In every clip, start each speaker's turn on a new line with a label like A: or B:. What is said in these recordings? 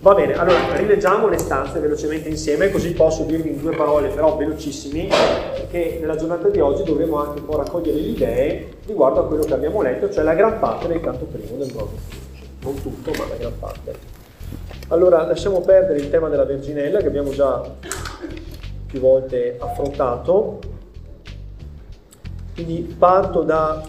A: Va bene, allora rileggiamo le stanze velocemente insieme, così posso dirvi in 2 parole, però velocissimi, che nella giornata di oggi dovremo anche un po' raccogliere le idee riguardo a quello che abbiamo letto, cioè la gran parte del canto primo del Nuovo Testamento. Non tutto, ma la gran parte. Allora, lasciamo perdere il tema della Verginella, che abbiamo già più volte affrontato. Quindi parto da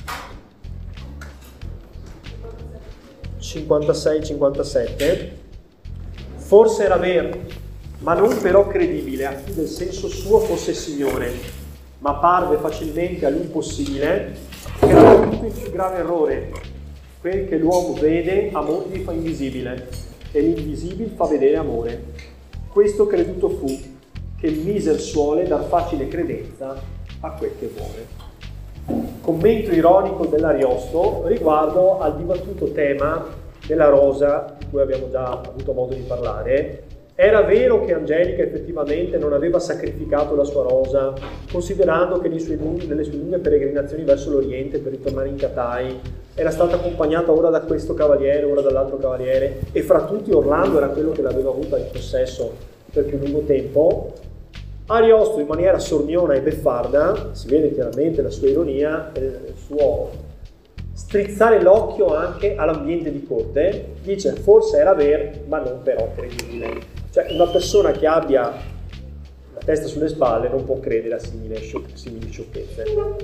A: 56-57. Forse era vero, ma non però credibile, a chi del senso suo fosse Signore, ma parve facilmente a lui possibile, che era tutto il più grave errore. Quel che l'uomo vede a molti fa invisibile, e l'invisibile fa vedere amore. Questo creduto fu, che il miser suole dar facile credenza a quel che vuole. Commento ironico dell'Ariosto riguardo al dibattuto tema della rosa, di cui abbiamo già avuto modo di parlare. Era vero che Angelica effettivamente non aveva sacrificato la sua rosa, considerando che nelle sue lunghe peregrinazioni verso l'Oriente per ritornare in Catai era stata accompagnata ora da questo cavaliere, ora dall'altro cavaliere, e fra tutti Orlando era quello che l'aveva avuta in possesso per più lungo tempo. Ariosto, in maniera sorniona e beffarda, si vede chiaramente la sua ironia, il suo strizzare l'occhio anche all'ambiente di corte, dice forse era vero, ma non però credibile. Cioè una persona che abbia la testa sulle spalle non può credere a simili sciocchezze.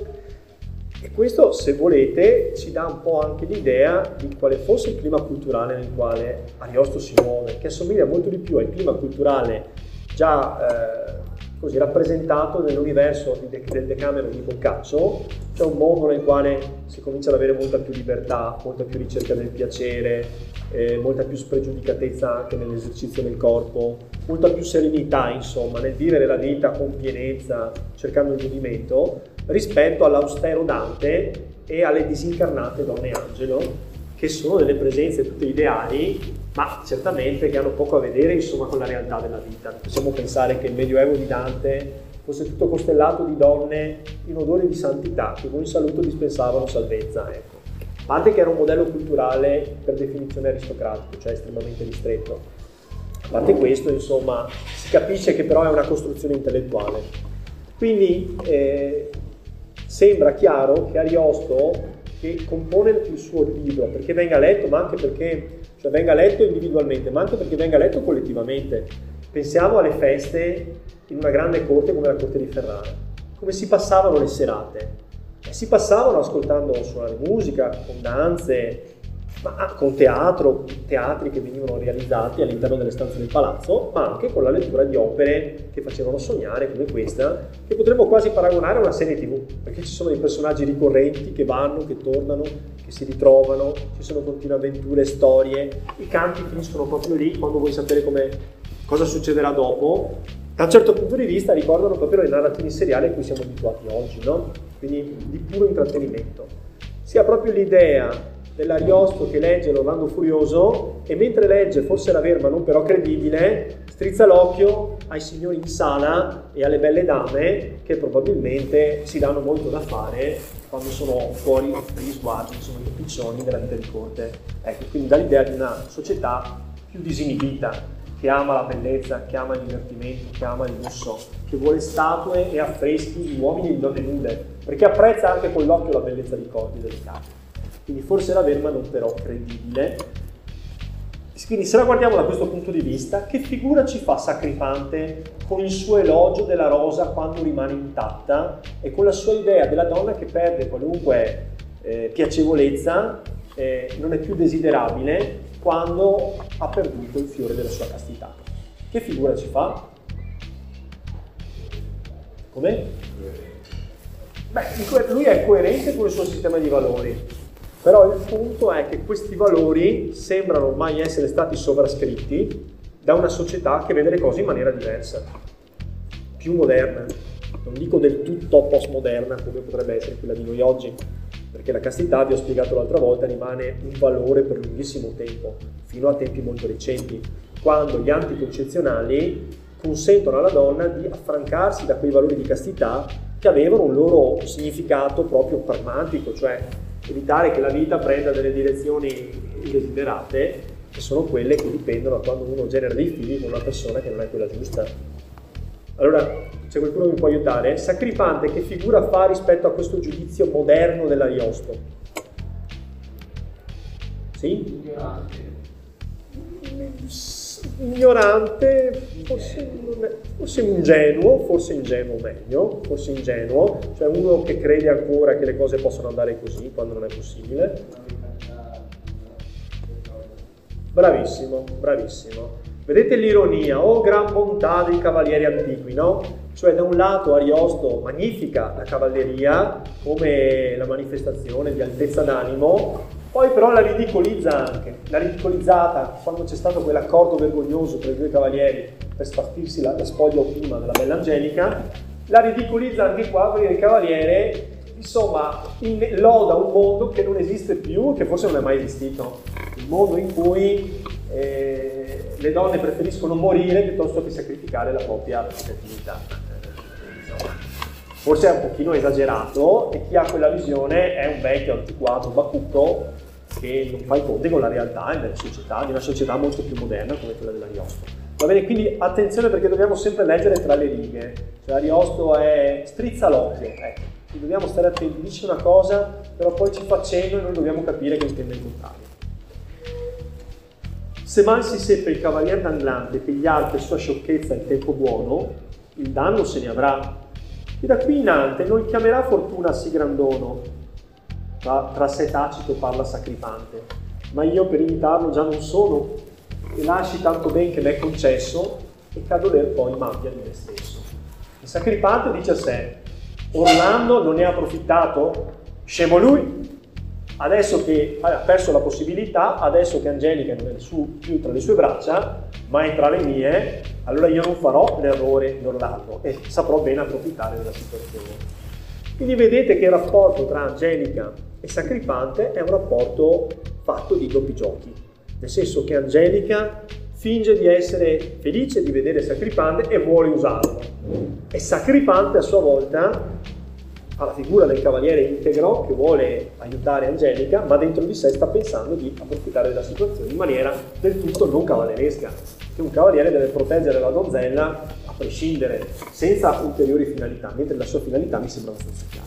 A: E questo, se volete, ci dà un po' anche l'idea di quale fosse il clima culturale nel quale Ariosto si muove, che assomiglia molto di più al clima culturale già così rappresentato nell'universo del Decameron di Boccaccio. C'è un mondo nel quale si comincia ad avere molta più libertà, molta più ricerca del piacere, molta più spregiudicatezza anche nell'esercizio del corpo, molta più serenità, insomma, nel vivere la vita con pienezza, cercando il godimento, rispetto all'austero Dante e alle disincarnate donne angelo, che sono delle presenze tutte ideali, ma certamente che hanno poco a vedere, insomma, con la realtà della vita. Possiamo pensare che il Medioevo di Dante fosse tutto costellato di donne in odore di santità, che con il saluto dispensavano salvezza, ecco. A parte che era un modello culturale per definizione aristocratico, cioè estremamente ristretto. A parte questo, insomma, si capisce che però è una costruzione intellettuale. Quindi sembra chiaro che Ariosto, che compone il suo libro perché venga letto, ma anche perché, cioè venga letto individualmente, ma anche perché venga letto collettivamente. Pensiamo alle feste in una grande corte come la corte di Ferrara. Come si passavano le serate? Si passavano ascoltando suonare musica, con danze, ma con teatri che venivano realizzati all'interno delle stanze del palazzo, ma anche con la lettura di opere che facevano sognare, come questa, che potremmo quasi paragonare a una serie TV, perché ci sono dei personaggi ricorrenti che vanno, che tornano, che si ritrovano, ci sono continue avventure, storie, i canti finiscono proprio lì. Quando vuoi sapere cosa succederà dopo, da un certo punto di vista ricordano proprio le narrazioni seriali a cui siamo abituati oggi, no? Quindi di puro intrattenimento. Si ha proprio l'idea dell'Ariosto che legge l'Orlando Furioso e mentre legge forse era vero ma non però credibile, strizza l'occhio ai signori in sala e alle belle dame che probabilmente si danno molto da fare quando sono fuori dagli sguardi, sono i piccioni della vita di corte. Ecco, quindi dà l'idea di una società più disinibita, che ama la bellezza, che ama il divertimento, che ama il lusso, che vuole statue e affreschi di uomini e di donne nude, perché apprezza anche con l'occhio la bellezza dei corpi delle case. Quindi forse era vero ma non però credibile. Quindi se la guardiamo da questo punto di vista, che figura ci fa Sacripante con il suo elogio della rosa quando rimane intatta e con la sua idea della donna che perde qualunque piacevolezza, non è più desiderabile quando ha perduto il fiore della sua castità? Che figura ci fa? Come? Beh, lui è coerente con il suo sistema di valori, però il punto è che questi valori sembrano ormai essere stati sovrascritti da una società che vede le cose in maniera diversa, più moderna, non dico del tutto postmoderna come potrebbe essere quella di noi oggi, perché la castità, vi ho spiegato l'altra volta, rimane un valore per lunghissimo tempo, fino a tempi molto recenti, quando gli anticoncezionali consentono alla donna di affrancarsi da quei valori di castità che avevano un loro significato proprio pragmatico, cioè evitare che la vita prenda delle direzioni indesiderate che sono quelle che dipendono da quando uno genera dei figli con una persona che non è quella giusta. Allora, c'è qualcuno che mi può aiutare? Sacripante che figura fa rispetto a questo giudizio moderno dell'Ariosto? Sì? Ignorante, forse ingenuo meglio, forse ingenuo, cioè uno che crede ancora che le cose possono andare così quando non è possibile. Bravissimo, bravissimo. Vedete l'ironia, gran bontà dei cavalieri antichi, no? Cioè da un lato Ariosto magnifica la cavalleria come la manifestazione di altezza d'animo, poi però la ridicolizza anche. L'ha ridicolizzata quando c'è stato quell'accordo vergognoso tra i due cavalieri per spartirsi la spoglia opima della bella Angelica, la ridicolizza anche qua perché il cavaliere, insomma, loda un mondo che non esiste più, che forse non è mai esistito. Il mondo in cui le donne preferiscono morire piuttosto che sacrificare la propria fertilità. Forse è un pochino esagerato e chi ha quella visione è un vecchio antiquato bacucco che non fa i conti con la realtà di una società molto più moderna come quella dell'Ariosto. Va bene, quindi attenzione perché dobbiamo sempre leggere tra le righe. Cioè Ariosto strizza l'occhio, ecco. Dobbiamo stare attenti, dice una cosa, però poi ci fa cenno e noi dobbiamo capire che intende il contrario. Se mal si seppe il cavalier d'Anglante pigliar per sua sciocchezza il tempo buono, il danno se ne avrà. E da qui in ante non chiamerà fortuna sì grandono. Tra sé tacito parla Sacripante, ma io per imitarlo già non sono, e lasci tanto ben che m'è concesso, e che a doler poi m'abbia di me stesso. Il Sacripante dice a sé, Orlando non ne ha approfittato? Scemo lui! Adesso che ha perso la possibilità, adesso che Angelica non è più tra le sue braccia, ma è tra le mie, allora io non farò l'errore di Orlando e saprò bene approfittare della situazione. Quindi vedete che il rapporto tra Angelica e Sacripante è un rapporto fatto di doppi giochi, nel senso che Angelica finge di essere felice di vedere Sacripante e vuole usarlo, e Sacripante a sua volta ha la figura del cavaliere integro che vuole aiutare Angelica, ma dentro di sé sta pensando di approfittare della situazione in maniera del tutto non cavalleresca, che un cavaliere deve proteggere la donzella a prescindere, senza ulteriori finalità, mentre la sua finalità mi sembra abbastanza chiara.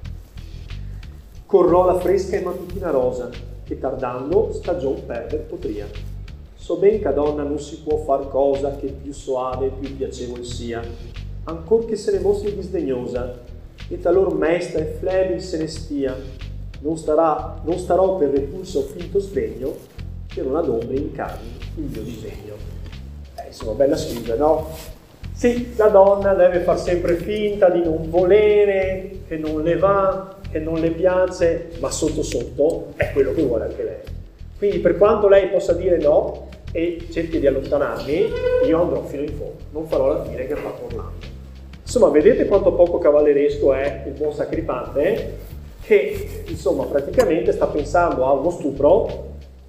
A: Corrò la fresca e mattutina rosa, che tardando stagion perder potria. So ben che a donna non si può far cosa che più soave e più piacevol sia, ancor che se ne mostri disdegnosa, e talor mesta e flebil se ne stia, non starò per repulso o finto sdegno, che non adombri incarni il mio disegno. Insomma, bella scusa, no? Sì, la donna deve far sempre finta di non volere, che non le va, che non le piace, ma sotto sotto è quello che vuole anche lei. Quindi per quanto lei possa dire no e cerchi di allontanarmi, io andrò fino in fondo, non farò la fine che ha fatto Orlando. Insomma, vedete quanto poco cavalleresco è il buon Sacripante, che insomma praticamente sta pensando a uno stupro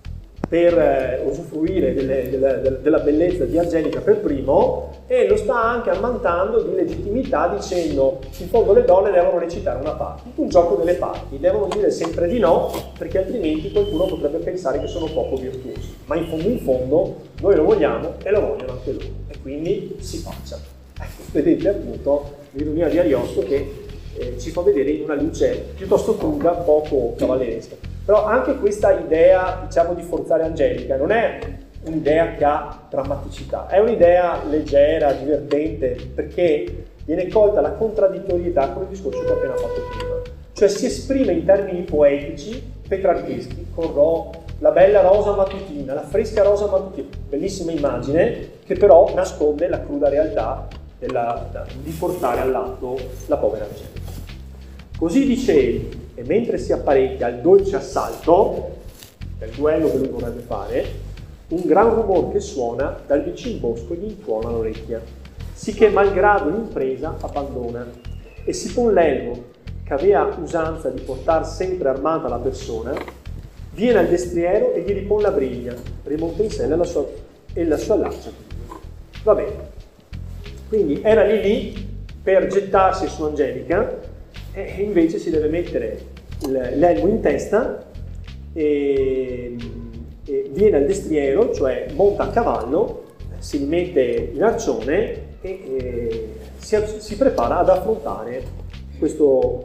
A: per usufruire della bellezza di Angelica per primo, e lo sta anche ammantando di legittimità dicendo in fondo le donne devono recitare una parte, un gioco delle parti, devono dire sempre di no perché altrimenti qualcuno potrebbe pensare che sono poco virtuosi, ma in fondo noi lo vogliamo e lo vogliono anche loro, e quindi si faccia. Ecco, vedete appunto l'ironia di Ariosto che ci fa vedere in una luce piuttosto cruda, poco cavalleresca. Però anche questa idea, diciamo, di forzare Angelica non è un'idea che ha drammaticità, è un'idea leggera, divertente, perché viene colta la contraddittorietà con il discorso che ho appena fatto prima. Cioè si esprime in termini poetici, petrarcheschi, con la bella rosa mattutina, la fresca rosa mattutina, bellissima immagine, che però nasconde la cruda realtà di portare all'atto la povera Angelica. Così dice egli, e mentre si apparecchia al dolce assalto, che è il duello che lui vorrebbe fare, un gran rumor che suona dal vicin bosco gli intuona l'orecchia, sicché malgrado l'impresa abbandona, e si pon l'elmo, che avea usanza di portar sempre armata la persona, viene al destriero e gli ripon la briglia, rimonta in sé e la sua lancia. Va bene. Quindi era lì per gettarsi su Angelica, e invece si deve mettere l'elmo in testa e viene al destriero, cioè monta a cavallo, si rimette in arcione e si prepara ad affrontare questo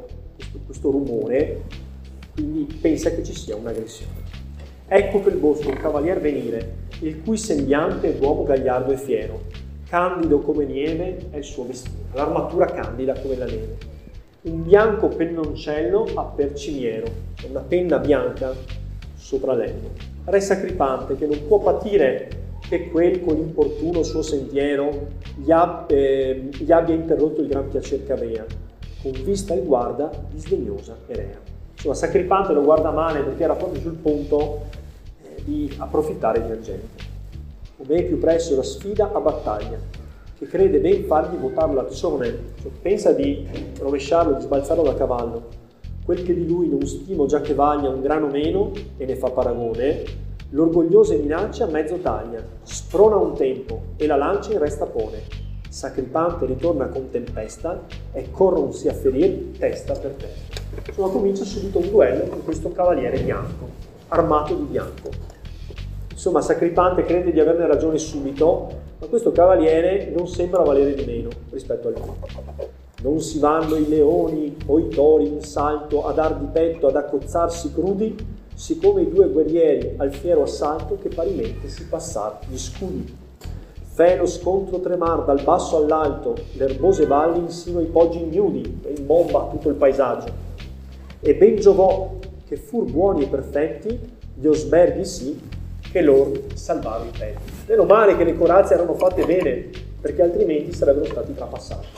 A: rumore, quindi pensa che ci sia un'aggressione. Ecco che il bosco un cavalier venire, il cui sembiante è d'uomo gagliardo e fiero, candido come nieve è il suo vestire, l'armatura candida come la neve, un bianco pennoncello a percimiero, una penna bianca sopra l'elmo, re sacripante che non può patire che quel con l'importuno suo sentiero gli abbia interrotto il gran piacer che avea, con vista e guarda disdegnosa e rea. Insomma, Sacripante lo guarda male perché era proprio sul punto di approfittare di Angelica. Come più presto la sfida a battaglia, che crede ben fargli votar l'arcione, cioè pensa di rovesciarlo, di sbalzarlo da cavallo. Quel che di lui non stimo già che vaglia un grano meno e ne fa paragone, l'orgogliosa minaccia mezzo taglia, sprona un tempo e la lancia in resta pone. Sacripante ritorna con tempesta e corronsi a ferir testa per testa. Insomma, comincia subito un duello con questo cavaliere bianco, armato di bianco. Insomma, Sacripante crede di averne ragione subito, ma questo cavaliere non sembra valere di meno rispetto a lui. Non si vanno i leoni o i tori in salto a dar di petto ad accozzarsi crudi, siccome i due guerrieri al fiero assalto che parimente si passar gli scudi. Fe lo scontro tremar dal basso all'alto, l'erbose valli insino ai poggi ignudi e in bomba tutto il paesaggio. E ben giovò che fur buoni e perfetti gli osberghi sì, che loro salvarono i petti. Meno male che le corazze erano fatte bene, perché altrimenti sarebbero stati trapassati.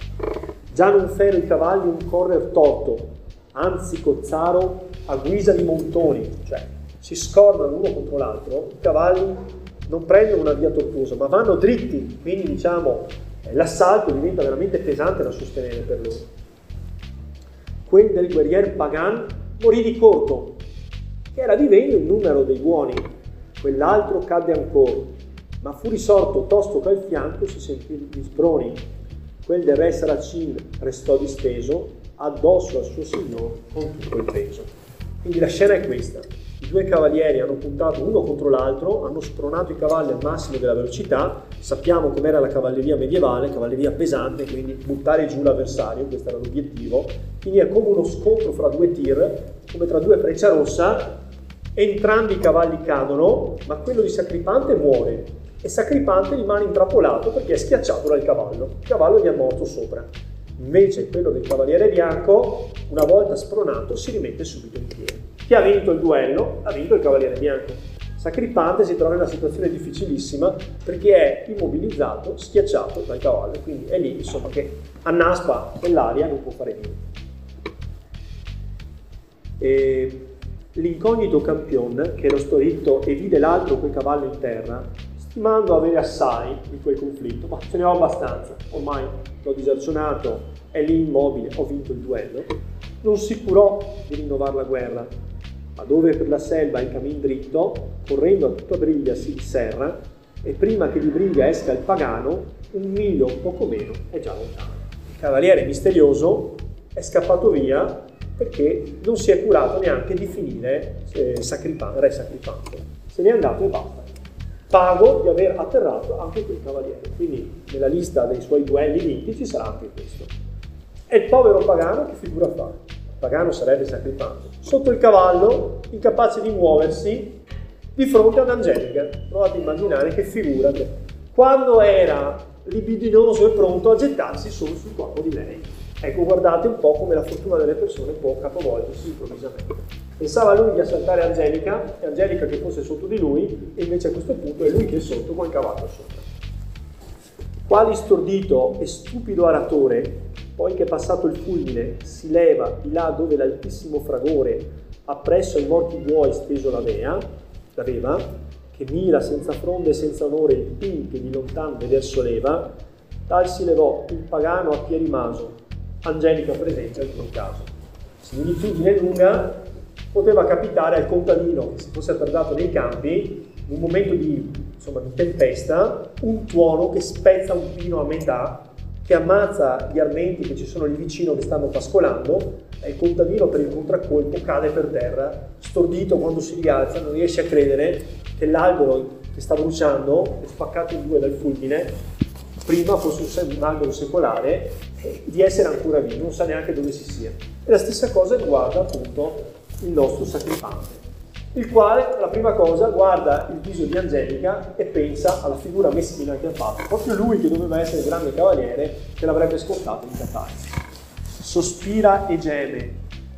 A: Già non fero i cavalli un correr torto, anzi cozzaro a guisa di montoni, cioè si scornano uno contro l'altro, i cavalli non prendono una via tortuosa, ma vanno dritti, quindi diciamo l'assalto diventa veramente pesante da sostenere per loro. Quel del guerrier Pagan morì di corto, che era vivendo il numero dei buoni, quell'altro cadde ancora, ma fu risorto tosto che al fianco si sentì gli sproni. Quel del re Saracin restò disteso addosso al suo signor con tutto il peso. Quindi la scena è questa. I due cavalieri hanno puntato uno contro l'altro, hanno spronato i cavalli al massimo della velocità. Sappiamo com'era la cavalleria medievale, cavalleria pesante, quindi buttare giù l'avversario, questo era l'obiettivo. Quindi è come uno scontro fra due tir, come tra due Frecciarossa. Entrambi i cavalli cadono, ma quello di Sacripante muore e Sacripante rimane intrappolato perché è schiacciato dal cavallo. Il cavallo gli è morto sopra. Invece quello del cavaliere bianco, una volta spronato, si rimette subito in piedi. Chi ha vinto il duello? Ha vinto il cavaliere bianco. Sacripante si trova in una situazione difficilissima perché è immobilizzato, schiacciato dal cavallo, quindi è lì insomma che annaspa nell'aria e non può fare niente. L'incognito campion, che lo storitto e vide l'altro quel cavallo in terra, stimando avere assai di quel conflitto, ma ce ne ho abbastanza, ormai l'ho disarcionato, è lì immobile, ho vinto il duello, non si curò di rinnovare la guerra, ma dove per la selva il cammin dritto, correndo a tutta briglia si disserra, e prima che di briglia esca il pagano, un miglio o poco meno è già lontano. Il cavaliere misterioso è scappato via perché non si è curato neanche di finire re Sacripante. Se n'è andato e basta. Pago di aver atterrato anche quel cavaliere. Quindi nella lista dei suoi duelli vinti ci sarà anche questo. E il povero pagano che figura fa? Il pagano sarebbe Sacripante. Sotto il cavallo, incapace di muoversi, di fronte ad Angelica. Provate a immaginare che figura. Quando era libidinoso e pronto a gettarsi solo sul corpo di lei. Ecco, guardate un po' come la fortuna delle persone può capovolgersi improvvisamente. Pensava lui di assaltare Angelica, e Angelica che fosse sotto di lui, e invece a questo punto è lui che è sotto con il cavallo sopra. Quale stordito e stupido aratore, poi che passato il fulmine, si leva di là dove l'altissimo fragore appresso ai morti buoi steso l'aveva, che mira senza fronde e senza onore il pin che di lontan veder soleva, tal si levò il pagano a pie rimaso, Angelica presente in quel caso. Similitudine lunga, poteva capitare al contadino che si fosse attardato nei campi, in un momento di tempesta, un tuono che spezza un pino a metà, che ammazza gli armenti che ci sono lì vicino che stanno pascolando, e il contadino per il contraccolpo cade per terra, stordito quando si rialza, non riesce a credere che l'albero che sta bruciando è spaccato in due dal fulmine, prima fosse un albero secolare, di essere ancora vivo, non sa neanche dove si sia. E la stessa cosa riguarda appunto il nostro sacripante, il quale, la prima cosa, guarda il viso di Angelica e pensa alla figura meschina che ha fatto, proprio lui che doveva essere il grande cavaliere che l'avrebbe scortato in Catania. Sospira e geme,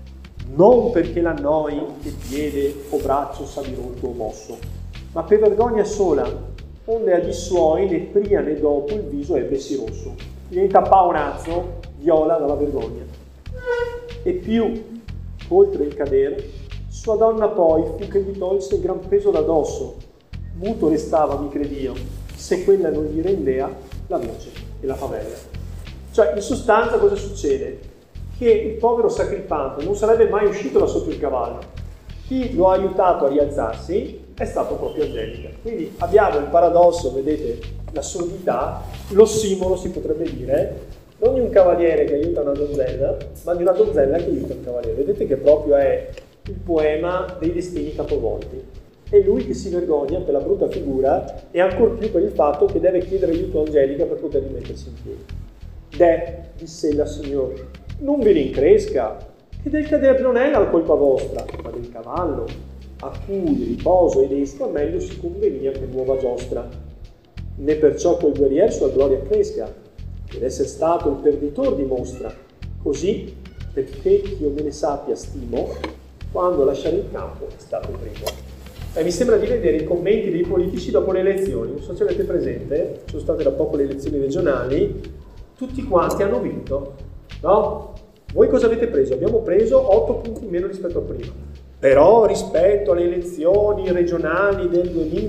A: non perché l'annoi che piede o braccio s'ha dirotto o mosso, ma per vergogna sola, onde a di suoi né pria né dopo il viso ebbesi rosso. Diventa paonazzo, viola dalla vergogna. E più, oltre il cadere, sua donna poi fu che gli tolse il gran peso d'addosso. Muto restava, mi credio, se quella non gli rendea la voce e la favella. Cioè, in sostanza cosa succede? Che il povero sacripante non sarebbe mai uscito da sotto il cavallo. Chi lo ha aiutato a rialzarsi è stato proprio Angelica. Quindi abbiamo il paradosso, vedete, l'assurdità, l'ossimolo si potrebbe dire, non di un cavaliere che aiuta una donzella, ma di una donzella che aiuta un cavaliere. Vedete che proprio è il poema dei destini capovolti. È lui che si vergogna per la brutta figura e ancor più per il fatto che deve chiedere aiuto a Angelica per poter rimettersi in piedi. Disse ella, signore, non vi rincresca, che del cader non è la colpa vostra, ma del cavallo, a cui riposo ed esca meglio si convenia che nuova giostra. Né perciò quel guerrier sua gloria cresca, ed essere stato il perditor dimostra, così perché ch'io me ne sappia stimo, quando lasciare il campo è stato il primo. Mi sembra di vedere i commenti dei politici dopo le elezioni, non so se avete presente, ci sono state da poco le elezioni regionali, tutti quanti hanno vinto, no? Voi cosa avete preso? Abbiamo preso 8 punti in meno rispetto a prima. Però rispetto alle elezioni regionali del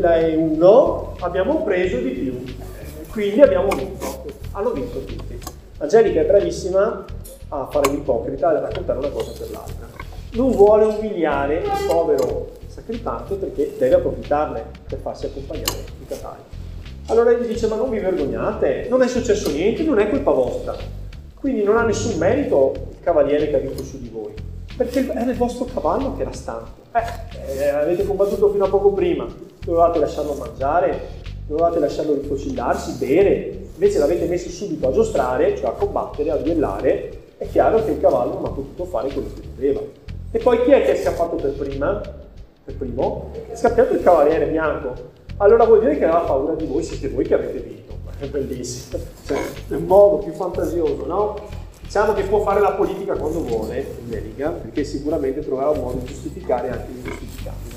A: 2001 abbiamo preso di più. Quindi abbiamo vinto. Hanno vinto tutti. Angelica è bravissima a fare l'ipocrita e a raccontare una cosa per l'altra. Non vuole umiliare il povero sacripante perché deve approfittarne per farsi accompagnare in Catania. Allora gli dice, ma non vi vergognate, non è successo niente, non è colpa vostra. Quindi non ha nessun merito il cavaliere che ha vinto su di voi, perché era il vostro cavallo che era stanco. Avete combattuto fino a poco prima, dovevate lasciarlo mangiare, dovevate lasciarlo rifocillarsi, bere, invece l'avete messo subito a giostrare, cioè a combattere, a duellare. È chiaro che il cavallo non ha potuto fare quello che doveva. E poi chi è che è scappato per prima? Per primo? È scappato il cavaliere bianco. Allora vuol dire che aveva paura di voi, siete voi che avete vinto. È bellissimo, cioè, è un modo più fantasioso, no? Diciamo che può fare la politica quando vuole, Angelica, perché sicuramente troverà un modo di giustificare anche l'ingiustificabile.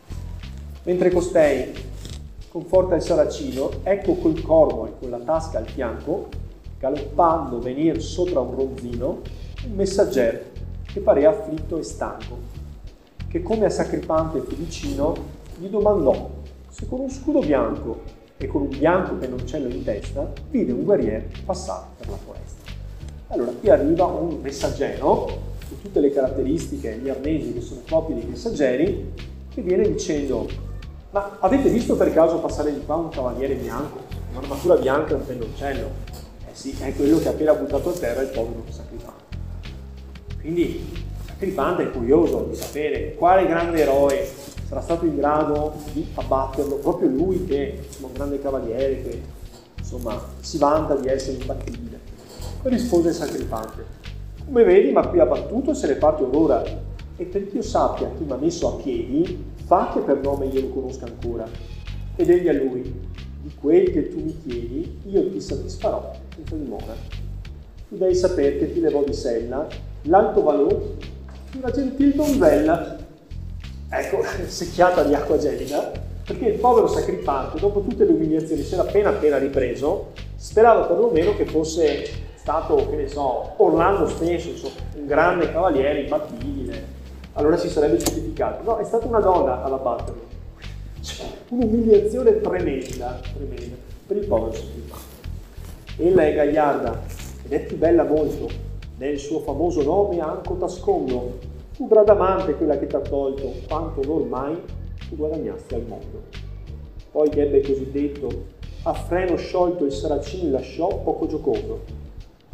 A: Mentre costei conforta il saracino, ecco col corvo e con la tasca al fianco, galoppando venir sopra un ronzino, un messaggero che parea afflitto e stanco, che come a sacripante fu vicino, gli domandò se con un scudo bianco e con un bianco pennoncello in testa, vide un guerriero passare per la foresta. Allora, qui arriva un messaggero, con tutte le caratteristiche, gli arnesi che sono propri dei messaggeri, che viene dicendo, ma avete visto per caso passare di qua un cavaliere bianco, un'armatura bianca e un pennoncello? Eh sì, è quello che ha appena buttato a terra il povero sacripante. Quindi il sacripante è curioso di sapere quale grande eroe sarà stato in grado di abbatterlo, proprio lui che è un grande cavaliere, che insomma si vanta di essere imbattibile. E rispose il sacripante, come vedi, ma qui ha battuto e se ne parte ora, e perché io sappia chi mi ha messo a piedi, fa che per nome io lo conosca ancora. Ed egli a lui, di quel che tu mi chiedi, io ti soddisfarò senza dimora. Tu devi sapere che ti levò di sella l'alto valore di una gentil donzella. Ecco, secchiata di acqua gelida, perché il povero sacripante, dopo tutte le umiliazioni, si era appena ripreso, sperava perlomeno che fosse stato, che ne so, Orlando stesso, insomma, un grande cavaliere imbattibile, allora si sarebbe giustificato. No, è stata una donna ad abbatterlo. Cioè, un'umiliazione tremenda per il povero sacripante. Ella è gagliarda ed è più bella molto, nel suo famoso nome anco t'ascondo. Fu bradamante quella che t'ha tolto, quanto ormai tu guadagnasti al mondo. Poi che ebbe così detto, a freno sciolto il saracino lasciò poco giocondo,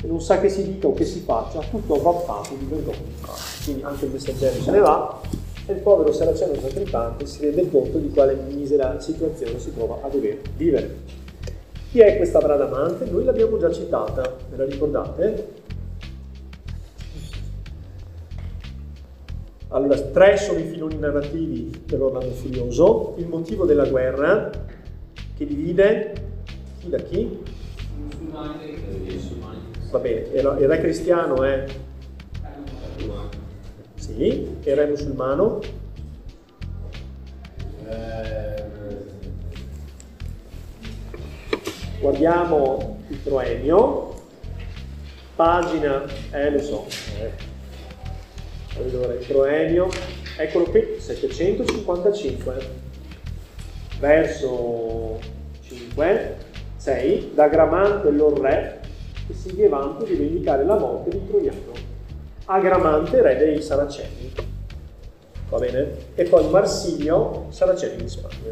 A: e non sa che si dica o che si faccia, tutto avrà fatto di vergogna. Quindi anche il messaggero se ne va e il povero saraceno sacripante si rende conto di quale misera situazione si trova a dover vivere. Chi è questa Bradamante? Noi l'abbiamo già citata, ve la ricordate? Allora, 3 sono i filoni narrativi dell'Orlando Furioso. Il motivo della guerra, che divide chi da chi?
B: I musulmani e i musulmani.
A: Va bene, il re cristiano è? Sì, il re musulmano? Guardiamo il proemio, pagina, lo so. Allora, il proemio, eccolo qui, 755, verso 5, 6, da Agramante lor re, che si levanta di vendicare la morte di Troiano. Agramante, re dei Saraceni, va bene? E poi Marsilio, Saraceni di Spagna.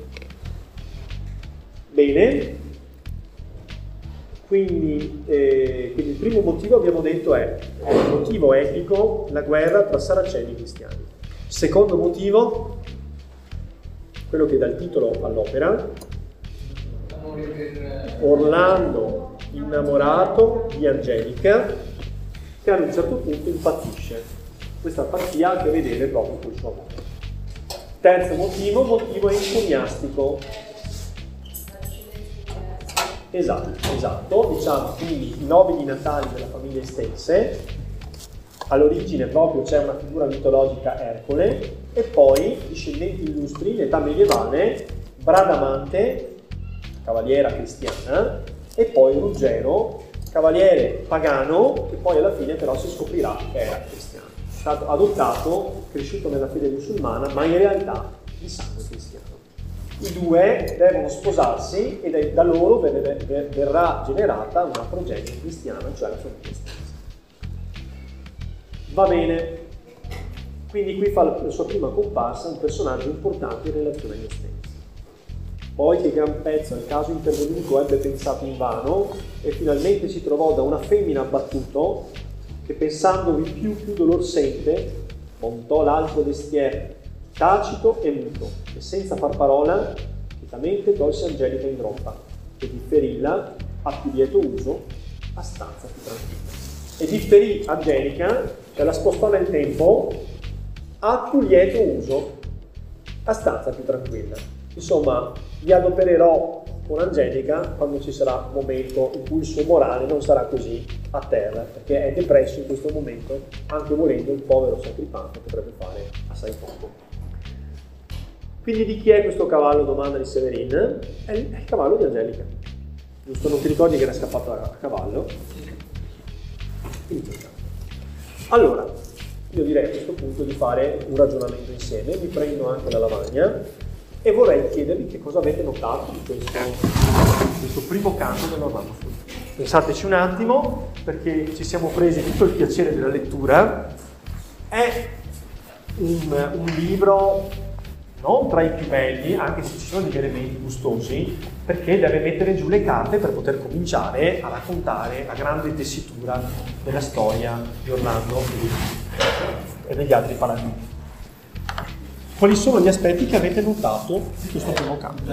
A: Bene, quindi il primo motivo abbiamo detto è il motivo epico, la guerra tra Saraceni e cristiani. Secondo motivo, quello che dà il titolo all'opera, Orlando innamorato di Angelica, che a un certo punto impazzisce. Questa pazzia ha a che vedere proprio con il suo amore. Terzo motivo encomiastico. Esatto, diciamo quindi i nobili natali della famiglia Estense, all'origine proprio c'è una figura mitologica Ercole, e poi discendenti illustri in età medievale, Bradamante, cavaliera cristiana, e poi Ruggero, cavaliere pagano, che poi alla fine però si scoprirà che era cristiano. È stato adottato, cresciuto nella fede musulmana, ma in realtà di sangue cristiano. I due devono sposarsi e da loro verrà generata una progenie cristiana, cioè la famiglia Estense. Va bene, quindi qui fa la sua prima comparsa un personaggio importante in relazione agli Estensi. Poi che gran pezzo al caso intervenuto ebbe pensato invano e finalmente si trovò da una femmina abbattuto che pensandovi più dolor sente montò l'alto destiere tacito e muto e senza far parola chetamente tolse Angelica in groppa e differilla a più lieto uso a stanza più tranquilla. E differì Angelica, cioè la spostò nel tempo a più lieto uso a stanza più tranquilla. Insomma, vi adopererò con Angelica quando ci sarà un momento in cui il suo morale non sarà così a terra, perché è depresso in questo momento, anche volendo il povero sacripante potrebbe fare assai poco. Quindi di chi è questo cavallo, domanda di Severin? È il cavallo di Angelica. Giusto? Non ti ricordi che era scappato a cavallo? Allora, io direi a questo punto di fare un ragionamento insieme, mi prendo anche la lavagna e vorrei chiedervi che cosa avete notato di questo primo canto dell'Orlando Furioso. Pensateci un attimo, perché ci siamo presi tutto il piacere della lettura. È un libro non tra i più belli, anche se ci sono degli elementi gustosi, perché deve mettere giù le carte per poter cominciare a raccontare la grande tessitura della storia di Orlando e degli altri paladini. Quali sono gli aspetti che avete notato di questo primo canto?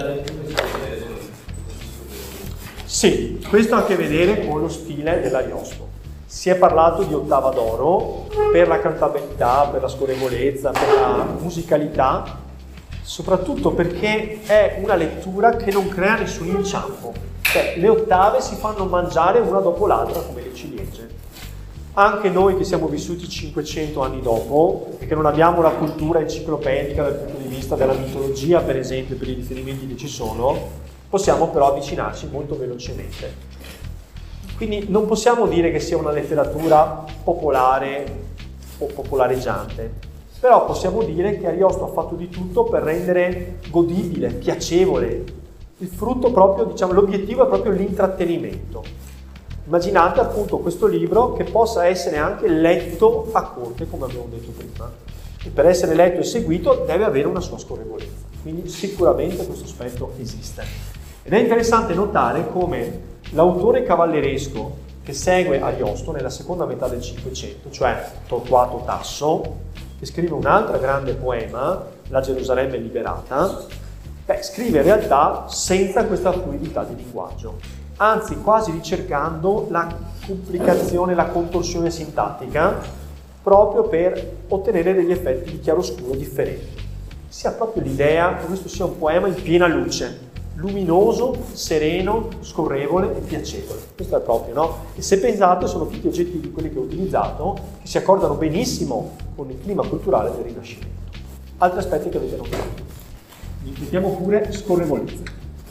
A: Sì, questo ha a che vedere con lo stile dell'Ariosto. Si è parlato di ottava d'oro per la cantabilità, per la scorrevolezza, per la musicalità, soprattutto perché è una lettura che non crea nessun inciampo. Cioè, le ottave si fanno mangiare una dopo l'altra come le ciliegie. Anche noi che siamo vissuti 500 anni dopo e che non abbiamo la cultura enciclopedica dal punto di vista della mitologia, per esempio, per i riferimenti che ci sono, possiamo però avvicinarci molto velocemente. Quindi non possiamo dire che sia una letteratura popolare o popolareggiante, però possiamo dire che Ariosto ha fatto di tutto per rendere godibile, piacevole, il frutto proprio, diciamo, l'obiettivo è proprio l'intrattenimento. Immaginate appunto questo libro che possa essere anche letto a corte, come abbiamo detto prima, e per essere letto e seguito deve avere una sua scorrevolezza, quindi sicuramente questo aspetto esiste. Ed è interessante notare come l'autore cavalleresco, che segue Ariosto nella seconda metà del Cinquecento, cioè Torquato Tasso, che scrive un'altra grande poema, La Gerusalemme liberata. Scrive in realtà senza questa fluidità di linguaggio, anzi quasi ricercando la complicazione, la contorsione sintattica, proprio per ottenere degli effetti di chiaroscuro differenti. Si ha proprio l'idea che questo sia un poema in piena luce, luminoso, sereno, scorrevole e piacevole. Questo è proprio, no? E se pensate, sono tutti oggetti quelli che ho utilizzato, che si accordano benissimo con il clima culturale del Rinascimento. Altri aspetti che avete notato. Mettiamo pure scorrevolezza.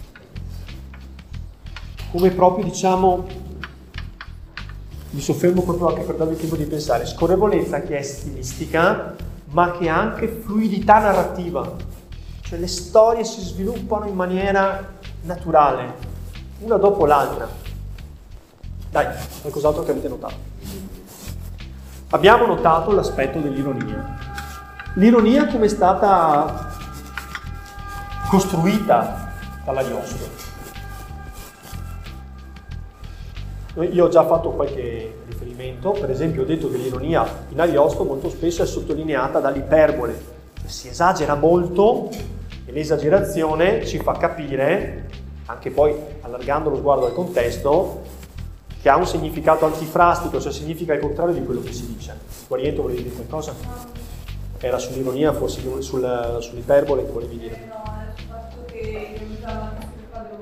A: Come proprio, diciamo, mi soffermo proprio anche per darvi tempo di pensare, scorrevolezza che è stilistica, ma che ha anche fluidità narrativa. Cioè le storie si sviluppano in maniera naturale, una dopo l'altra. Dai, qualcos'altro che avete notato? Abbiamo notato l'aspetto dell'ironia. L'ironia come è stata costruita dall'Ariosto. Io ho già fatto qualche riferimento, per esempio ho detto che l'ironia in Ariosto molto spesso è sottolineata dall'iperbole. Si esagera molto e l'esagerazione ci fa capire, anche poi allargando lo sguardo al contesto, che ha un significato antifrastico, cioè significa il contrario di quello che si dice. Guariento, volevi dire qualcosa? Era sull'ironia, forse sull'iperbole che volevi dire?
C: No, è sul fatto che ironizzava anche sul padrone.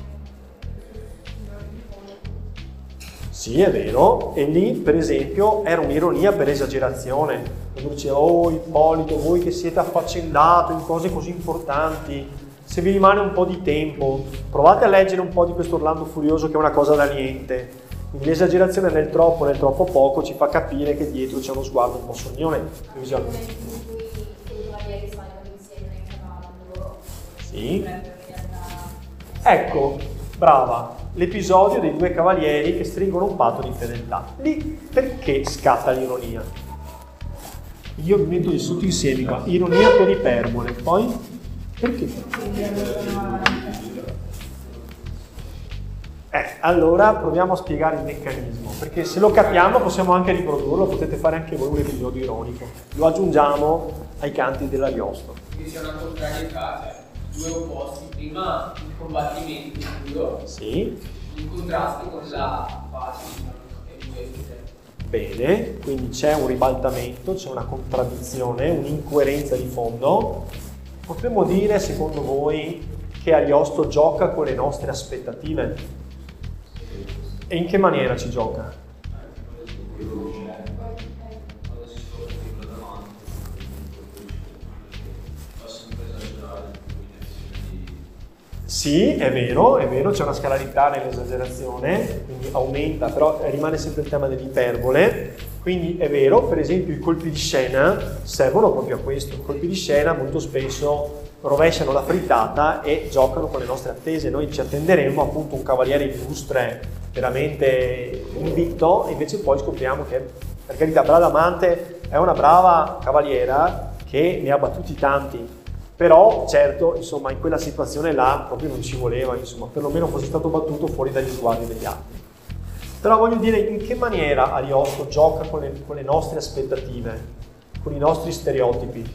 A: Sì, è vero, e lì per esempio era un'ironia per esagerazione, quando diceva oh Ippolito, voi che siete affaccendato in cose così importanti, se vi rimane un po' di tempo, provate a leggere un po' di questo Orlando Furioso che è una cosa da niente. Quindi l'esagerazione nel troppo poco ci fa capire che dietro c'è uno sguardo un po' sognone. Sì. Ecco, brava. L'episodio dei due cavalieri che stringono un patto di fedeltà. Lì perché scatta l'ironia? Io mi metto tutti insieme qua. Ironia per iperbole. Poi? Perché? Allora proviamo a spiegare il meccanismo. Perché se lo capiamo possiamo anche riprodurlo. Potete fare anche voi un episodio ironico. Lo aggiungiamo ai canti dell'Ariosto.
B: Quindi c'è una contrarietà, cioè due opposti. Prima il combattimento puro,
A: sì,
B: in contrasto con la pace, diciamo,
A: bene, quindi c'è un ribaltamento, c'è una contraddizione, un'incoerenza di fondo. Potremmo dire, secondo voi, che Ariosto gioca con le nostre aspettative? E in che maniera ci gioca? Sì, è vero, c'è una scalarità nell'esagerazione, quindi aumenta, però rimane sempre il tema dell'iperbole, quindi è vero, per esempio i colpi di scena servono proprio a questo, i colpi di scena molto spesso rovesciano la frittata e giocano con le nostre attese, noi ci attenderemmo appunto un cavaliere illustre, veramente invicto, e invece poi scopriamo che, per carità, Bradamante è una brava cavaliera che ne ha battuti tanti, però certo, insomma, in quella situazione là proprio non ci voleva, insomma, perlomeno fosse stato battuto fuori dagli sguardi degli altri. Però voglio dire, in che maniera Ariosto gioca con le nostre aspettative, con i nostri stereotipi?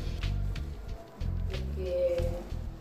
C: Perché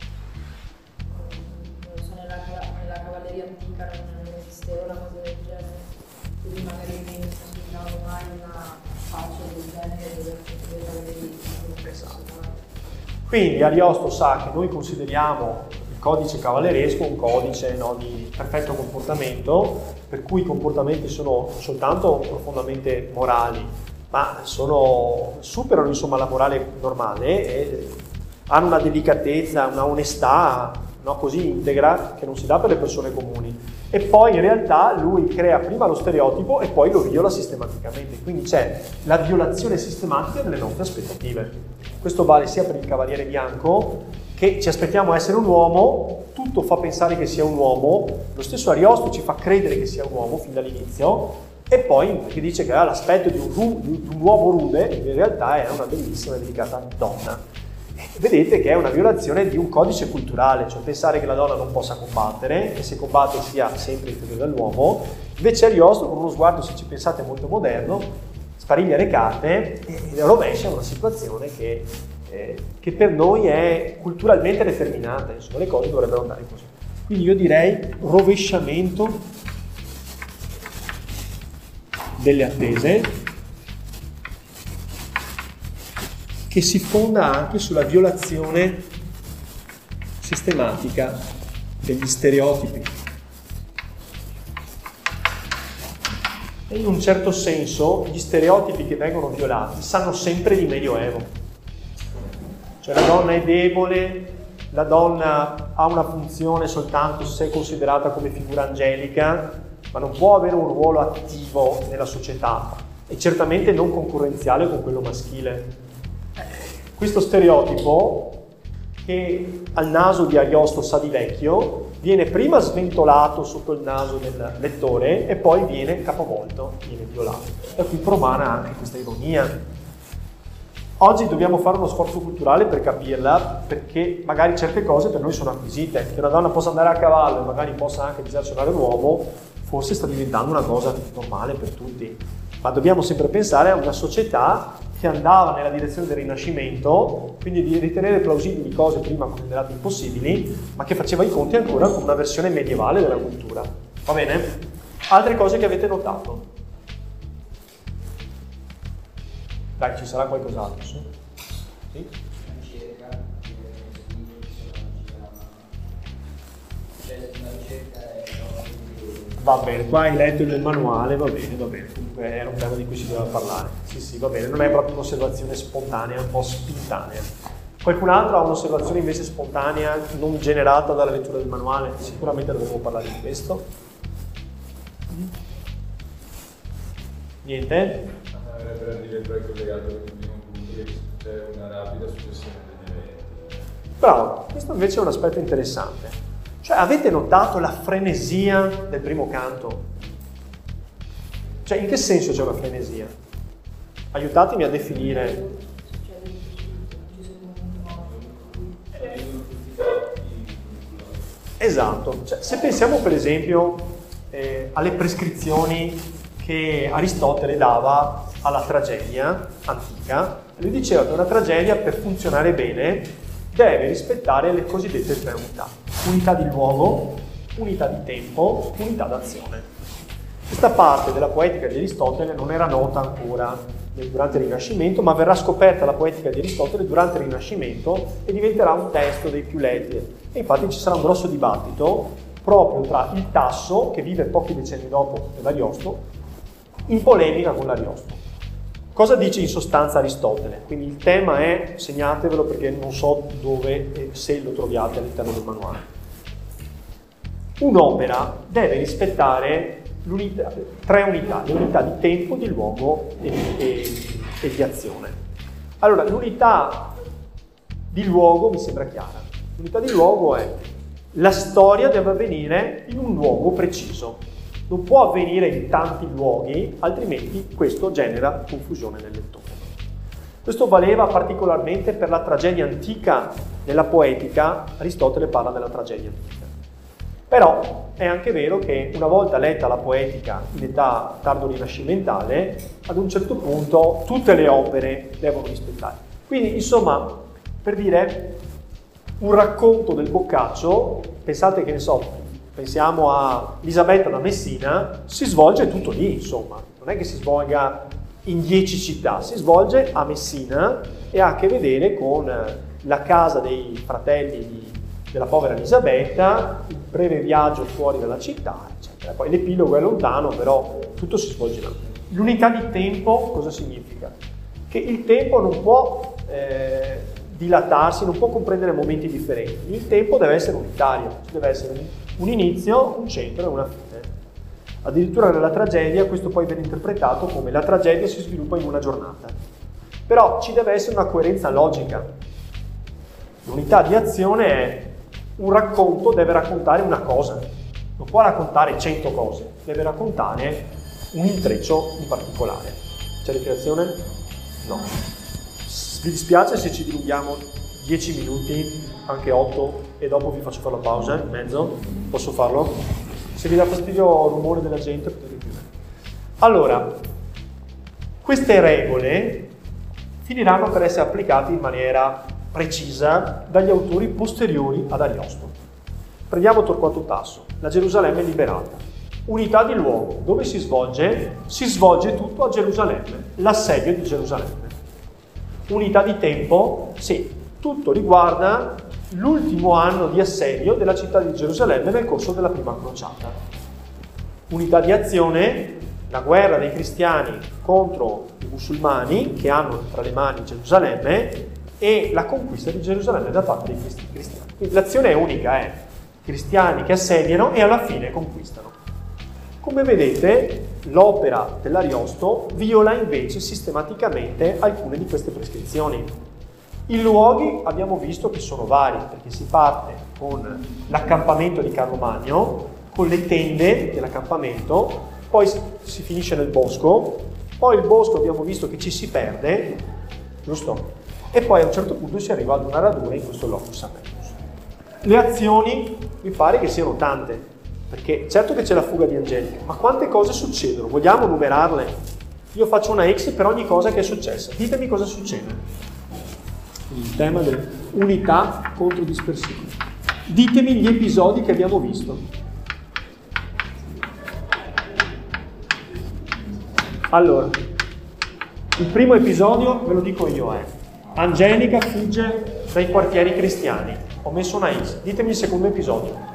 C: non so, nella cavalleria antica non esisteva una cosa del genere, quindi magari non si immaginava mai una faccia del genere dove le cavallerie.
A: Esatto. Quindi Ariosto sa che noi consideriamo il codice cavalleresco un codice, no, di perfetto comportamento, per cui i comportamenti sono soltanto profondamente morali, ma superano insomma la morale normale e hanno una delicatezza, una onestà, no, così integra che non si dà per le persone comuni. E poi in realtà lui crea prima lo stereotipo e poi lo viola sistematicamente, quindi c'è la violazione sistematica delle nostre aspettative. Questo vale sia per il cavaliere bianco, che ci aspettiamo essere un uomo, tutto fa pensare che sia un uomo, lo stesso Ariosto ci fa credere che sia un uomo fin dall'inizio, e poi che dice che ha l'aspetto di un uomo rude, in realtà è una bellissima e delicata donna. Vedete che è una violazione di un codice culturale, cioè pensare che la donna non possa combattere, e se combatte sia sempre inferiore all'uomo, Invece Ariosto, con uno sguardo, se ci pensate, molto moderno, spariglia le carte e rovescia una situazione che per noi è culturalmente determinata, insomma le cose dovrebbero andare così. Quindi io direi rovesciamento delle attese che si fonda anche sulla violazione sistematica degli stereotipi. E in un certo senso gli stereotipi che vengono violati sanno sempre di Medioevo. Cioè la donna è debole, la donna ha una funzione soltanto se è considerata come figura angelica, ma non può avere un ruolo attivo nella società e certamente non concorrenziale con quello maschile. Questo stereotipo, che al naso di Ariosto sa di vecchio, viene prima sventolato sotto il naso del lettore e poi viene capovolto, viene violato. Da qui promana anche questa ironia. Oggi dobbiamo fare uno sforzo culturale per capirla, perché magari certe cose per noi sono acquisite. Che una donna possa andare a cavallo e magari possa anche disarcionare l'uomo, forse sta diventando una cosa normale per tutti. Ma dobbiamo sempre pensare a una società che andava nella direzione del Rinascimento, quindi di ritenere plausibili cose prima considerate impossibili, ma che faceva i conti ancora con una versione medievale della cultura. Va bene? Altre cose che avete notato? Dai, ci sarà qualcos'altro, sì? Sì? Va bene, qua hai letto il manuale, va bene, comunque era un tema di cui si doveva parlare. Sì, va bene, non è proprio un'osservazione spontanea, un po' spintanea. Qualcun altro ha un'osservazione invece spontanea, non generata dalla lettura del manuale? Sicuramente dovremmo parlare di questo. Niente?
D: Per dire poi collegato al primo punto che c'è una rapida successione degli eventi.
A: Bravo, questo invece è un aspetto interessante. Cioè, avete notato la frenesia del primo canto? Cioè, in che senso c'è una frenesia? Aiutatemi a definire. Esatto. Cioè, se pensiamo per esempio alle prescrizioni che Aristotele dava alla tragedia antica, lui diceva che una tragedia per funzionare bene deve rispettare le cosiddette tre unità. Unità di luogo, unità di tempo, unità d'azione. Questa parte della poetica di Aristotele non era nota ancora durante il Rinascimento, ma verrà scoperta la poetica di Aristotele durante il Rinascimento e diventerà un testo dei più letti. E infatti ci sarà un grosso dibattito proprio tra il Tasso, che vive pochi decenni dopo dell'Ariosto, in polemica con l'Ariosto. Cosa dice in sostanza Aristotele? Quindi il tema è, segnatevelo perché non so dove e se lo troviate all'interno del manuale. Un'opera deve rispettare tre unità, le unità di tempo, di luogo e di azione. Allora, l'unità di luogo mi sembra chiara. L'unità di luogo è la storia deve avvenire in un luogo preciso. Non può avvenire in tanti luoghi, altrimenti questo genera confusione nel lettore. Questo valeva particolarmente per la tragedia antica. Nella poetica Aristotele parla della tragedia antica. Però è anche vero che una volta letta la poetica in età tardo-rinascimentale, ad un certo punto tutte le opere devono rispettare. Quindi, insomma, per dire, un racconto del Boccaccio, pensate che ne so, pensiamo a Elisabetta da Messina, si svolge tutto lì, insomma. Non è che si svolga in 10 città, si svolge a Messina e ha a che vedere con la casa dei fratelli della povera Elisabetta, il breve viaggio fuori dalla città, eccetera. Poi l'epilogo è lontano, però tutto si svolge là. L'unità di tempo cosa significa? Che il tempo non può dilatarsi, non può comprendere momenti differenti. Il tempo deve essere unitario, ci deve essere un inizio, un centro e una fine. Addirittura nella tragedia questo poi viene interpretato come la tragedia si sviluppa in una giornata. Però ci deve essere una coerenza logica. L'unità di azione è un racconto deve raccontare una cosa, non può raccontare 100 cose, deve raccontare un intreccio in particolare. C'è ricreazione? No. Vi dispiace se ci dilunghiamo 10 minuti, anche 8, e dopo vi faccio fare la pausa in mezzo? Posso farlo? Sì? Se vi dà fastidio il rumore della gente potete chiudere. Allora, queste regole finiranno per essere applicate in maniera precisa dagli autori posteriori ad Ariosto. Prendiamo Torquato Tasso, la Gerusalemme liberata. Unità di luogo, dove si svolge? Si svolge tutto a Gerusalemme, l'assedio di Gerusalemme. Unità di tempo, sì, tutto riguarda l'ultimo anno di assedio della città di Gerusalemme nel corso della prima crociata. Unità di azione, la guerra dei cristiani contro i musulmani che hanno tra le mani Gerusalemme e la conquista di Gerusalemme da parte dei cristiani. Quindi l'azione è unica, cristiani che assediano e alla fine conquistano. Come vedete, l'opera dell'Ariosto viola invece sistematicamente alcune di queste prescrizioni. I luoghi abbiamo visto che sono vari, perché si parte con l'accampamento di Carlo Magno, con le tende dell'accampamento, poi si finisce nel bosco, poi il bosco abbiamo visto che ci si perde, giusto? E poi a un certo punto si arriva ad una radura in questo locus amentus. Le azioni mi pare che siano tante, perché certo che c'è la fuga di Angelica, ma quante cose succedono? Vogliamo numerarle? Io faccio una X per ogni cosa che è successa. Ditemi cosa succede. Il tema dell'unità contro dispersione. Ditemi gli episodi che abbiamo visto. Allora, il primo episodio, ve lo dico io, è Angelica fugge dai quartieri cristiani. Ho messo una X. Ditemi il secondo episodio.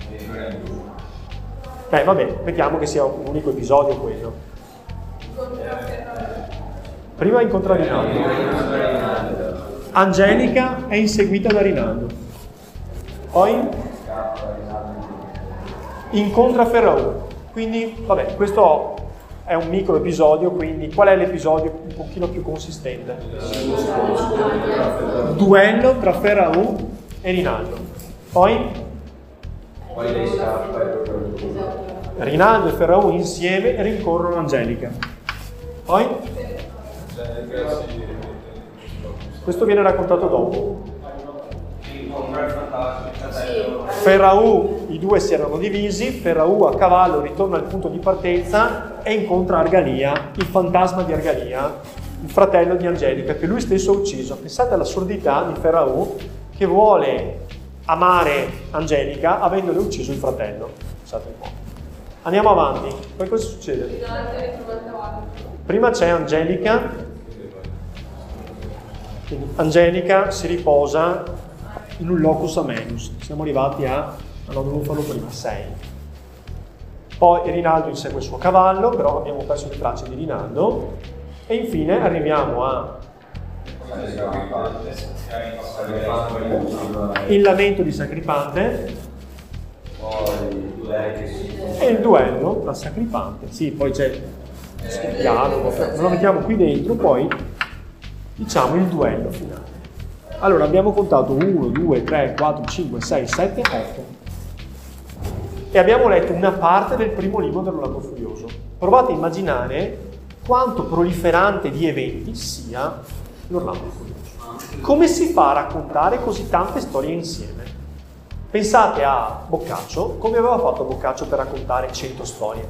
A: Vabbè, mettiamo che sia un unico episodio quello. Prima incontra Rinaldo. Angelica è inseguita da Rinaldo. Poi incontra Ferraù. Quindi, vabbè, questo è un micro episodio, quindi qual è l'episodio un pochino più consistente? Duello tra Ferraù e Rinaldo. Poi Rinaldo e Ferraù insieme rincorrono Angelica. Poi questo viene raccontato dopo. Ferraù, i due si erano divisi, Ferraù a cavallo ritorna al punto di partenza e incontra Argalia, il fantasma di Argalia, il fratello di Angelica, che lui stesso ha ucciso. Pensate all'assurdità di Ferraù che vuole amare Angelica avendole ucciso il fratello. Pensate un po'. Andiamo avanti. Poi cosa succede? Prima c'è Angelica. Quindi Angelica si riposa in un locus amentus. Siamo arrivati a... no, dovevo farlo prima, 6. Poi Rinaldo insegue il suo cavallo, però abbiamo perso le tracce di Rinaldo. E infine arriviamo a il lamento di Sacripante e il duello tra Sacripante. Sì, poi c'è il dialogo, me lo mettiamo qui dentro, poi diciamo il duello finale. Allora abbiamo contato 1, 2, 3, 4, 5, 6, 7, 8 e abbiamo letto una parte del primo libro dell'Orlando Furioso. Provate a immaginare quanto proliferante di eventi sia l'Orlando Furioso. Come si fa a raccontare così tante storie insieme? Pensate a Boccaccio, come aveva fatto Boccaccio per raccontare 100 storie?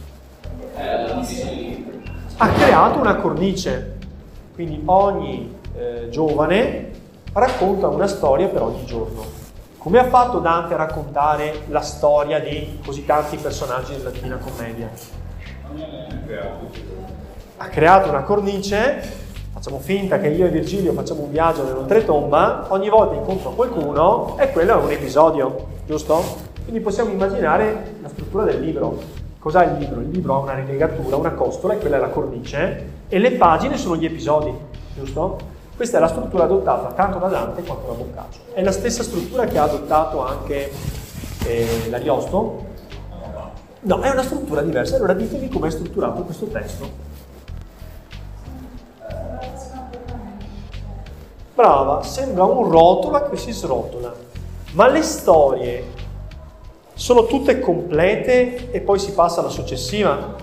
A: Ha creato una cornice, quindi ogni giovane racconta una storia per ogni giorno. Come ha fatto Dante a raccontare la storia di così tanti personaggi della Divina Commedia? Ha creato una cornice. Facciamo finta che io e Virgilio facciamo un viaggio nell'oltretomba, ogni volta incontro qualcuno e quello è un episodio, giusto? Quindi possiamo immaginare la struttura del libro. Cos'ha il libro? Il libro ha una rilegatura, una costola, e quella è la cornice, e le pagine sono gli episodi, giusto? Questa è la struttura adottata tanto da Dante quanto da Boccaccio. È la stessa struttura che ha adottato anche l'Ariosto? No, è una struttura diversa. Allora ditemi com'è strutturato questo testo. Brava, sembra un rotola che si srotola, ma le storie sono tutte complete e poi si passa alla successiva?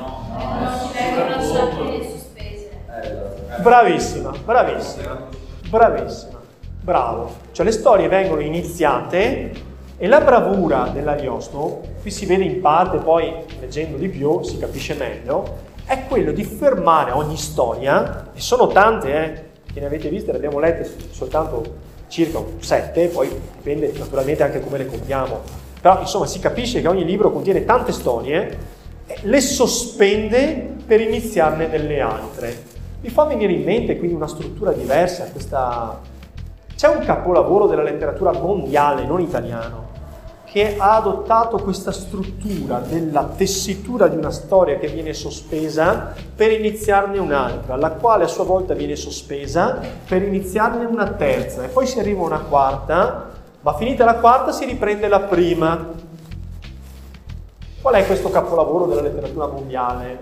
A: Bravissima, bravissima, bravissima, bravo. Cioè le storie vengono iniziate E la bravura dell'Ariosto, qui si vede in parte, poi leggendo di più si capisce meglio, è quello di fermare ogni storia, e sono tante, che ne avete viste, le abbiamo lette soltanto circa 7, poi dipende naturalmente anche come le contiamo, però insomma si capisce che ogni libro contiene tante storie, le sospende per iniziarne delle altre. Mi fa venire in mente quindi una struttura diversa, c'è un capolavoro della letteratura mondiale, non italiano, che ha adottato questa struttura della tessitura di una storia che viene sospesa per iniziarne un'altra, la quale a sua volta viene sospesa per iniziarne una terza, e poi si arriva a una quarta, ma finita la quarta si riprende la prima. Qual è questo capolavoro della letteratura mondiale?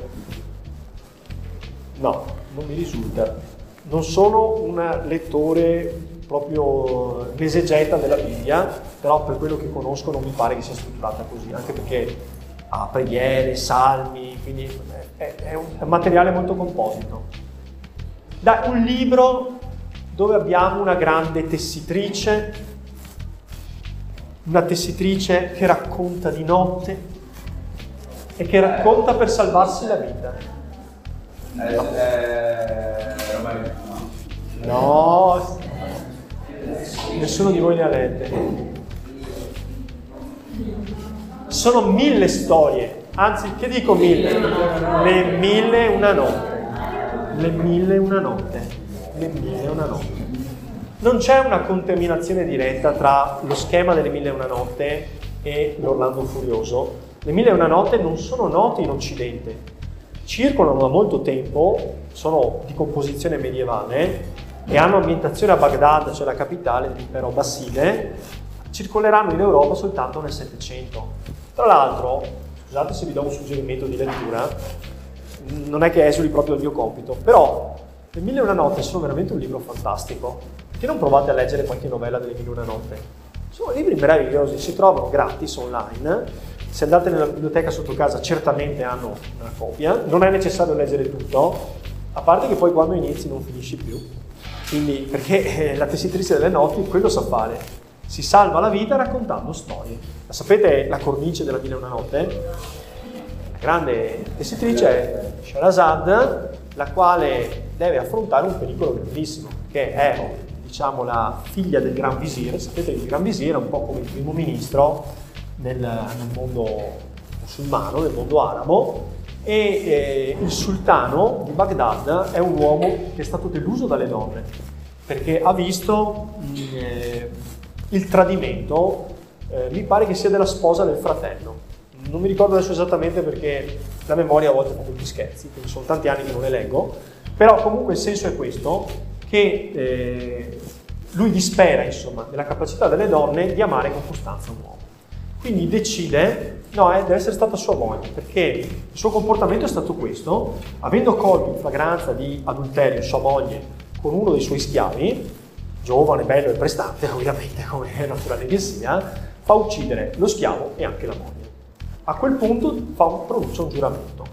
A: No, non mi risulta. Non sono un lettore proprio l'esegeta della Bibbia, però per quello che conosco non mi pare che sia strutturata così, anche perché ha preghiere, salmi, quindi è un materiale molto composito. Da un libro dove abbiamo una grande tessitrice, una tessitrice che racconta di notte e che racconta per salvarsi la vita. No, nessuno di voi le ha lette. Sono 1000 storie, anzi, che dico 1000? Le 1001 notte. Le 1001 notte. Le 1001 notte. Non c'è una contaminazione diretta tra lo schema delle 1001 notte e l'Orlando Furioso. Le 1001 notte non sono note in Occidente, circolano da molto tempo, sono di composizione medievale e hanno ambientazione a Baghdad, cioè la capitale dell'impero Abbasside, circoleranno in Europa soltanto nel Settecento. Tra l'altro, scusate se vi do un suggerimento di lettura, non è che esuli proprio il mio compito, però Le 1001 notte sono veramente un libro fantastico. Perché non provate a leggere qualche novella delle 1001 notte? Sono libri meravigliosi, si trovano gratis online. Se andate nella biblioteca sotto casa certamente hanno una copia. Non è necessario leggere tutto, a parte che poi quando inizi non finisci più. Quindi, perché la tessitrice delle notti quello sa fare. Si salva la vita raccontando storie. La sapete la cornice della 1001 notte? La grande tessitrice è Scheherazade, la quale deve affrontare un pericolo grandissimo, che è, diciamo, la figlia del Gran Visir. Sapete che il Gran Visir è un po' come il primo ministro nel mondo musulmano, nel mondo arabo, e il sultano di Baghdad è un uomo che è stato deluso dalle donne, perché ha visto il tradimento, mi pare che sia della sposa del fratello. Non mi ricordo adesso esattamente perché la memoria a volte fa tutti scherzi, quindi sono tanti anni che non le leggo, però comunque il senso è questo, che lui dispera, insomma, della capacità delle donne di amare con costanza un uomo. Quindi decide, deve essere stata sua moglie, perché il suo comportamento è stato questo: avendo colto in flagranza di adulterio sua moglie con uno dei suoi schiavi, giovane, bello e prestante, ovviamente, come è naturale che sia, fa uccidere lo schiavo e anche la moglie. A quel punto pronuncia un giuramento.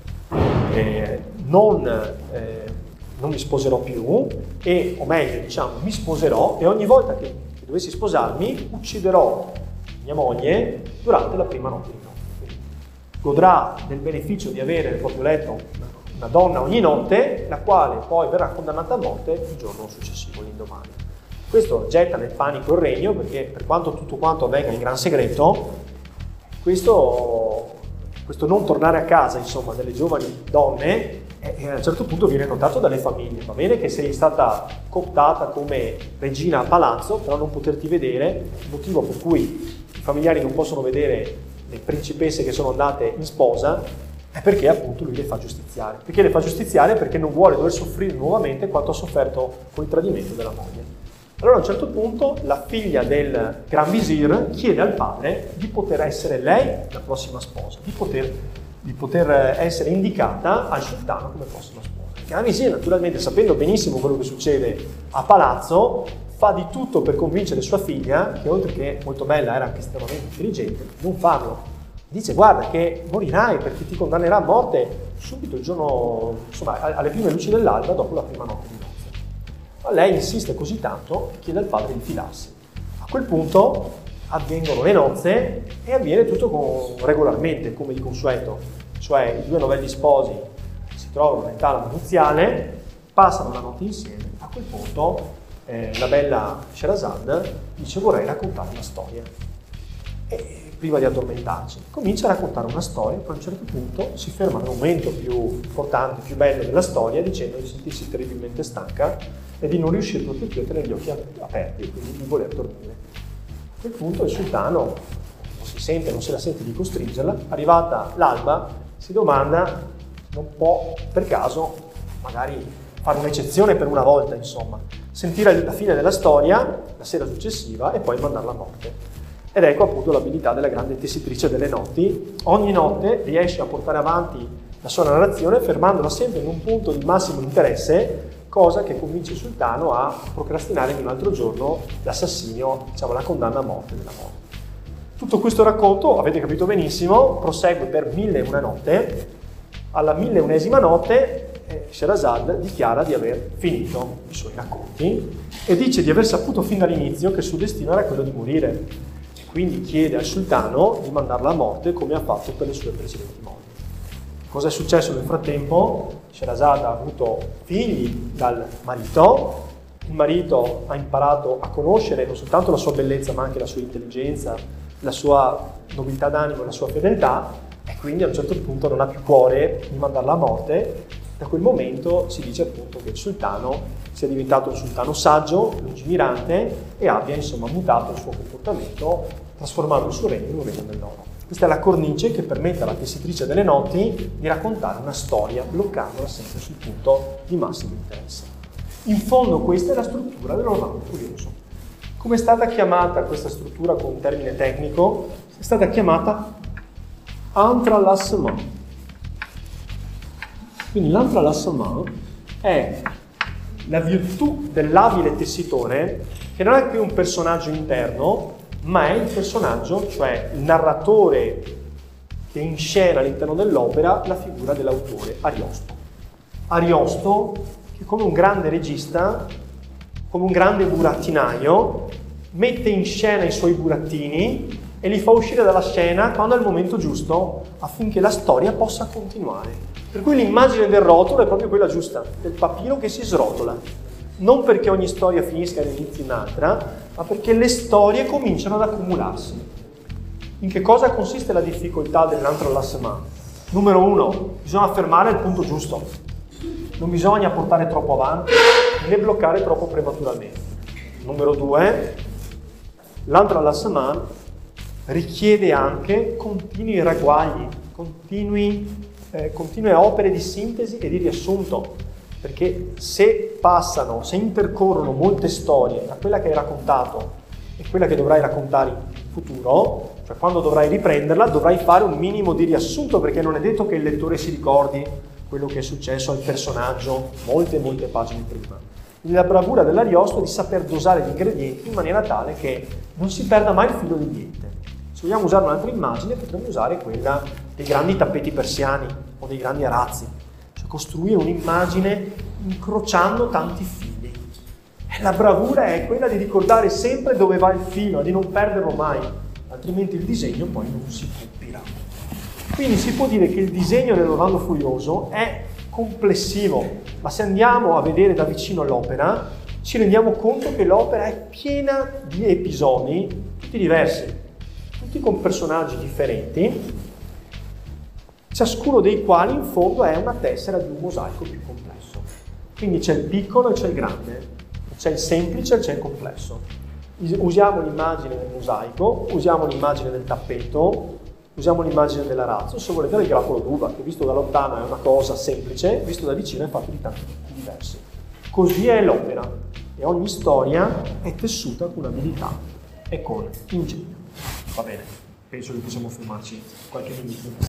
A: Non mi sposerò più, o meglio, diciamo, mi sposerò, e ogni volta che dovessi sposarmi ucciderò mia moglie durante la prima notte di nozze. Godrà del beneficio di avere nel proprio letto una donna ogni notte, la quale poi verrà condannata a morte il giorno successivo, l'indomani. Questo getta nel panico il regno, perché per quanto tutto quanto avvenga in gran segreto, questo non tornare a casa, insomma, delle giovani donne, a un certo punto viene notato dalle famiglie. Va bene che sei stata cooptata come regina a palazzo, però non poterti vedere, il motivo per cui i familiari non possono vedere le principesse che sono andate in sposa è perché appunto lui le fa giustiziare. Perché le fa giustiziare? Perché non vuole dover soffrire nuovamente quanto ha sofferto con il tradimento della moglie. Allora a un certo punto la figlia del Gran Visir chiede al padre di poter essere lei la prossima sposa, di poter essere indicata al sultano come prossima sposa. Il Gran Visir, naturalmente, sapendo benissimo quello che succede a palazzo, fa di tutto per convincere sua figlia, che oltre che molto bella era anche estremamente intelligente, non farlo. Dice: guarda che morirai perché ti condannerà a morte subito il giorno, insomma, alle prime luci dell'alba dopo la prima notte di nozze. Ma lei insiste così tanto che chiede al padre di fidarsi. A quel punto avvengono le nozze e avviene tutto regolarmente, come di consueto, cioè i due novelli sposi si trovano nel tavolo nuziale, passano la notte insieme. A quel punto la bella Sherazad dice: vorrei raccontare una storia. E prima di addormentarsi comincia a raccontare una storia, poi a un certo punto si ferma al momento più importante, più bello della storia, dicendo di sentirsi terribilmente stanca e di non riuscire proprio più a tenere gli occhi aperti e quindi di voler dormire. A quel punto il sultano non se la sente di costringerla. Arrivata l'alba si domanda: non può per caso magari fare un'eccezione per una volta, insomma, sentire la fine della storia la sera successiva e poi mandarla a morte. Ed ecco appunto l'abilità della grande tessitrice delle notti. Ogni notte riesce a portare avanti la sua narrazione fermandola sempre in un punto di massimo interesse, cosa che convince il sultano a procrastinare di un altro giorno l'assassinio, diciamo la condanna a morte della morte. Tutto questo racconto, avete capito benissimo, prosegue per 1001 notte. Alla 1001esima notte Sherazad dichiara di aver finito i suoi racconti e dice di aver saputo fin dall'inizio che il suo destino era quello di morire. Quindi chiede al sultano di mandarla a morte come ha fatto per le sue precedenti morti. Cosa è successo nel frattempo? Sherazad ha avuto figli dal marito, il marito ha imparato a conoscere non soltanto la sua bellezza ma anche la sua intelligenza, la sua nobiltà d'animo e la sua fedeltà, e quindi a un certo punto non ha più cuore di mandarla a morte. Da quel momento si dice appunto che il sultano sia diventato un sultano saggio, lungimirante e abbia insomma mutato il suo comportamento, trasformando il suo regno in un regno dell'oro. Questa è la cornice che permette alla tessitrice delle notti di raccontare una storia, bloccandola sempre sul punto di massimo interesse. In fondo questa è la struttura dell'Orlando Furioso. Come è stata chiamata questa struttura con un termine tecnico? È stata chiamata entrelacement. Quindi l'entrelacement è la virtù dell'abile tessitore, che non è più un personaggio interno, ma è il personaggio, cioè il narratore che inscena all'interno dell'opera la figura dell'autore, Ariosto. Ariosto, che come un grande regista, come un grande burattinaio, mette in scena i suoi burattini e li fa uscire dalla scena quando è il momento giusto, affinché la storia possa continuare. Per cui l'immagine del rotolo è proprio quella giusta, del papiro che si srotola. Non perché ogni storia finisca e ne inizi un'altra, ma perché le storie cominciano ad accumularsi. In che cosa consiste la difficoltà dell'entrelacement? Numero 1, bisogna fermare il punto giusto. Non bisogna portare troppo avanti né bloccare troppo prematuramente. Numero 2, l'entrelacement richiede anche continui ragguagli, continue opere di sintesi e di riassunto, perché se intercorrono molte storie da quella che hai raccontato e quella che dovrai raccontare in futuro, cioè quando dovrai riprenderla, dovrai fare un minimo di riassunto, perché non è detto che il lettore si ricordi quello che è successo al personaggio molte pagine prima. La bravura dell'Ariosto è di saper dosare gli ingredienti in maniera tale che non si perda mai il filo di niente. Se vogliamo usare un'altra immagine, potremmo usare quella dei grandi tappeti persiani o dei grandi arazzi, cioè costruire un'immagine incrociando tanti fili. E la bravura è quella di ricordare sempre dove va il filo, di non perderlo mai, altrimenti il disegno poi non si compirà. Quindi si può dire che il disegno dell'Orlando Furioso è complessivo, ma se andiamo a vedere da vicino l'opera, ci rendiamo conto che l'opera è piena di episodi, tutti diversi, tutti con personaggi differenti, ciascuno dei quali in fondo è una tessera di un mosaico più complesso. Quindi c'è il piccolo e c'è il grande, c'è il semplice e c'è il complesso. Usiamo l'immagine del mosaico, usiamo l'immagine del tappeto, usiamo l'immagine dell'arazzo, se volete del grappolo d'uva, che visto da lontano è una cosa semplice, visto da vicino è fatto di tanti tipi diversi. Così è l'opera, e ogni storia è tessuta con abilità e con ingegno. Va bene, penso che possiamo fermarci qualche minuto.